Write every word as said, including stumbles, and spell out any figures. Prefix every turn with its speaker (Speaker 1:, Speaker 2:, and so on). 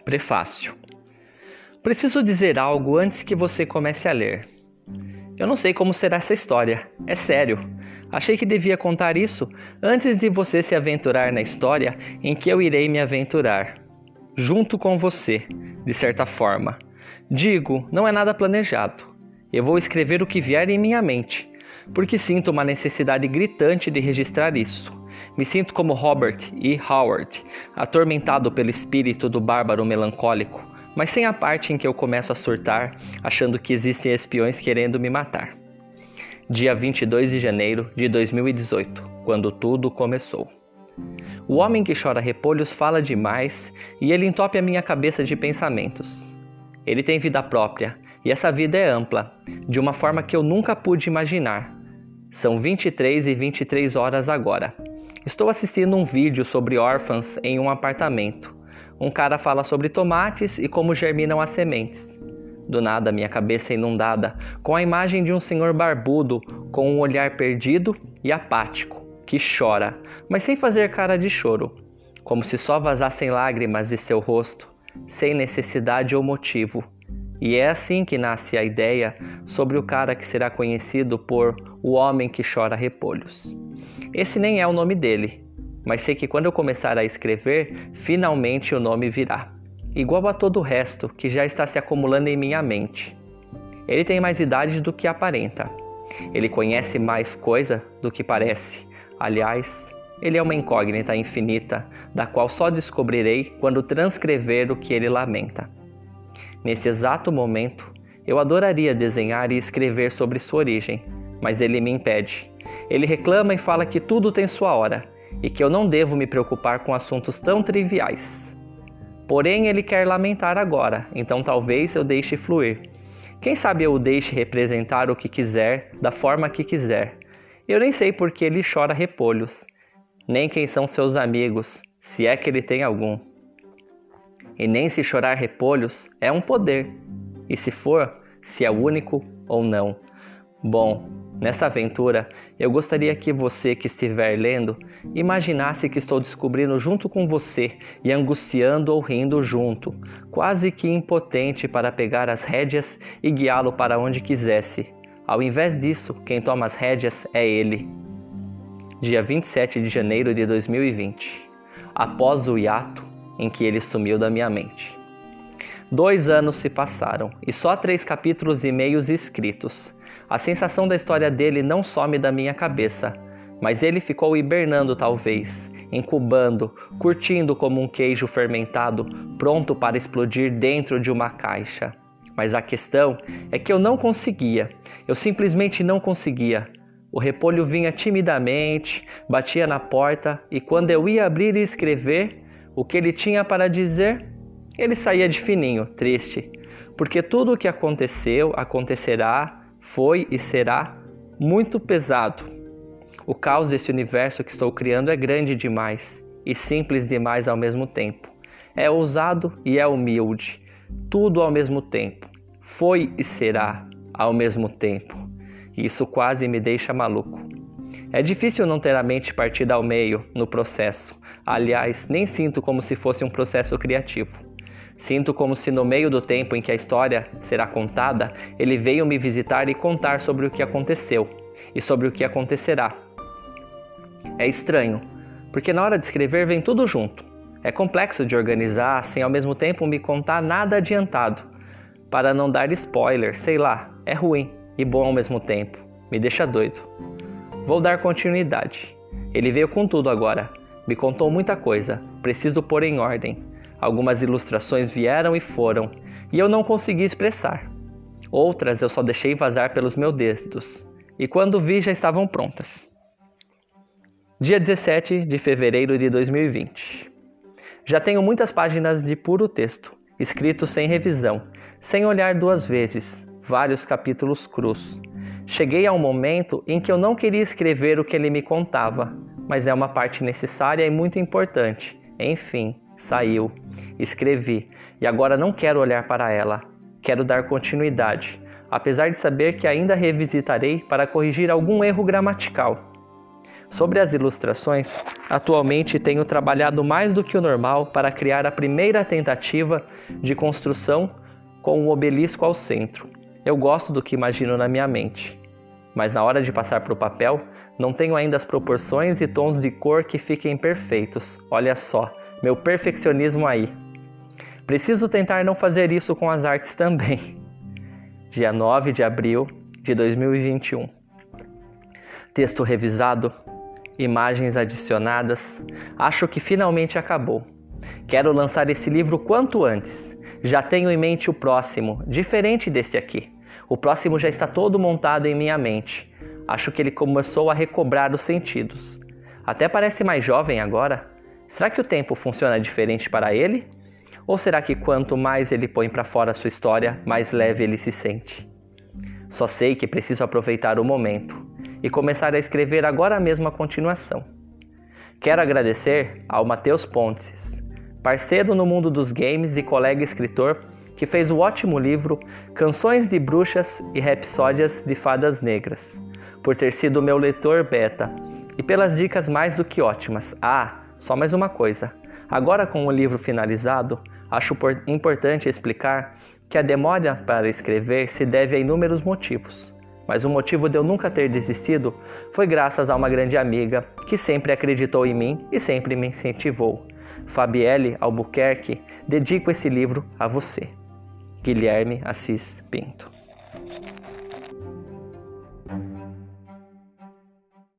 Speaker 1: Prefácio. Preciso dizer algo antes que você comece a ler. Eu não sei como será essa história, é sério. Achei que devia contar isso antes de você se aventurar na história em que eu irei me aventurar. Junto com você, de certa forma. Digo, não é nada planejado. Eu vou escrever o que vier em minha mente, porque sinto uma necessidade gritante de registrar isso. Me sinto como Robert E. Howard, atormentado pelo espírito do bárbaro melancólico, mas sem a parte em que eu começo a surtar, achando que existem espiões querendo me matar. Dia vinte e dois de janeiro de dois mil e dezoito, quando tudo começou. O homem que chora repolhos fala demais e ele entope a minha cabeça de pensamentos. Ele tem vida própria e essa vida é ampla, de uma forma que eu nunca pude imaginar. São vinte e três e vinte e três horas agora. Estou assistindo um vídeo sobre órfãos em um apartamento. Um cara fala sobre tomates e como germinam as sementes. Do nada, minha cabeça é inundada com a imagem de um senhor barbudo com um olhar perdido e apático, que chora, mas sem fazer cara de choro, como se só vazassem lágrimas de seu rosto, sem necessidade ou motivo. E é assim que nasce a ideia sobre o cara que será conhecido por o homem que chora repolhos. Esse nem é o nome dele, mas sei que quando eu começar a escrever, finalmente o nome virá. Igual a todo o resto que já está se acumulando em minha mente. Ele tem mais idade do que aparenta. Ele conhece mais coisa do que parece. Aliás, ele é uma incógnita infinita, da qual só descobrirei quando transcrever o que ele lamenta. Nesse exato momento, eu adoraria desenhar e escrever sobre sua origem, mas ele me impede. Ele reclama e fala que tudo tem sua hora, e que eu não devo me preocupar com assuntos tão triviais. Porém, ele quer lamentar agora, então talvez eu deixe fluir. Quem sabe eu o deixe representar o que quiser, da forma que quiser. Eu nem sei por que ele chora repolhos, nem quem são seus amigos, se é que ele tem algum. E nem se chorar repolhos é um poder, e se for, se é único ou não. Bom, nesta aventura, eu gostaria que você que estiver lendo, imaginasse que estou descobrindo junto com você e angustiando ou rindo junto, quase que impotente para pegar as rédeas e guiá-lo para onde quisesse. Ao invés disso, quem toma as rédeas é ele. Dia vinte e sete de janeiro de dois mil e vinte, após o hiato em que ele sumiu da minha mente. Dois anos se passaram e só três capítulos e meios escritos. A sensação da história dele não some da minha cabeça, mas ele ficou hibernando talvez, incubando, curtindo como um queijo fermentado, pronto para explodir dentro de uma caixa. Mas a questão é que eu não conseguia, eu simplesmente não conseguia. O repolho vinha timidamente, batia na porta e quando eu ia abrir e escrever o que ele tinha para dizer, ele saía de fininho, triste, porque tudo o que aconteceu, acontecerá, foi e será muito pesado. O caos desse universo que estou criando é grande demais e simples demais ao mesmo tempo. É ousado e é humilde, tudo ao mesmo tempo. Foi e será ao mesmo tempo. Isso quase me deixa maluco. É difícil não ter a mente partida ao meio no processo. Aliás, nem sinto como se fosse um processo criativo. Sinto como se no meio do tempo em que a história será contada, ele veio me visitar e contar sobre o que aconteceu e sobre o que acontecerá. É estranho, porque na hora de escrever vem tudo junto. É complexo de organizar sem ao mesmo tempo me contar nada adiantado. Para não dar spoiler, sei lá, é ruim e bom ao mesmo tempo. Me deixa doido. Vou dar continuidade. Ele veio com tudo agora. Me contou muita coisa. Preciso pôr em ordem. Algumas ilustrações vieram e foram, e eu não consegui expressar. Outras eu só deixei vazar pelos meus dedos, e quando vi já estavam prontas. Dia dezessete de fevereiro de dois mil e vinte. Já tenho muitas páginas de puro texto, escrito sem revisão, sem olhar duas vezes, vários capítulos crus. Cheguei a um momento em que eu não queria escrever o que ele me contava, mas é uma parte necessária e muito importante. Enfim, saiu. Escrevi, e agora não quero olhar para ela. Quero dar continuidade, apesar de saber que ainda revisitarei para corrigir algum erro gramatical. Sobre as ilustrações, atualmente tenho trabalhado mais do que o normal para criar a primeira tentativa de construção com um obelisco ao centro. Eu gosto do que imagino na minha mente, mas na hora de passar para o papel, não tenho ainda as proporções e tons de cor que fiquem perfeitos. Olha só, meu perfeccionismo aí. Preciso tentar não fazer isso com as artes também. Dia nove de abril de dois mil e vinte e um. Texto revisado, imagens adicionadas. Acho que finalmente acabou. Quero lançar esse livro quanto antes. Já tenho em mente o próximo, diferente desse aqui. O próximo já está todo montado em minha mente. Acho que ele começou a recobrar os sentidos. Até parece mais jovem agora. Será que o tempo funciona diferente para ele? Ou será que quanto mais ele põe para fora a sua história, mais leve ele se sente? Só sei que preciso aproveitar o momento e começar a escrever agora mesmo a continuação. Quero agradecer ao Matheus Pontes, parceiro no mundo dos games e colega escritor, que fez o ótimo livro Canções de Bruxas e Rapsódias de Fadas Negras, por ter sido meu leitor beta e pelas dicas mais do que ótimas. Ah, só mais uma coisa. Agora com o livro finalizado, acho importante explicar que a demora para escrever se deve a inúmeros motivos. Mas o motivo de eu nunca ter desistido foi graças a uma grande amiga que sempre acreditou em mim e sempre me incentivou. Fabielle Albuquerque, dedico esse livro a você. Guilherme Assis Pinto.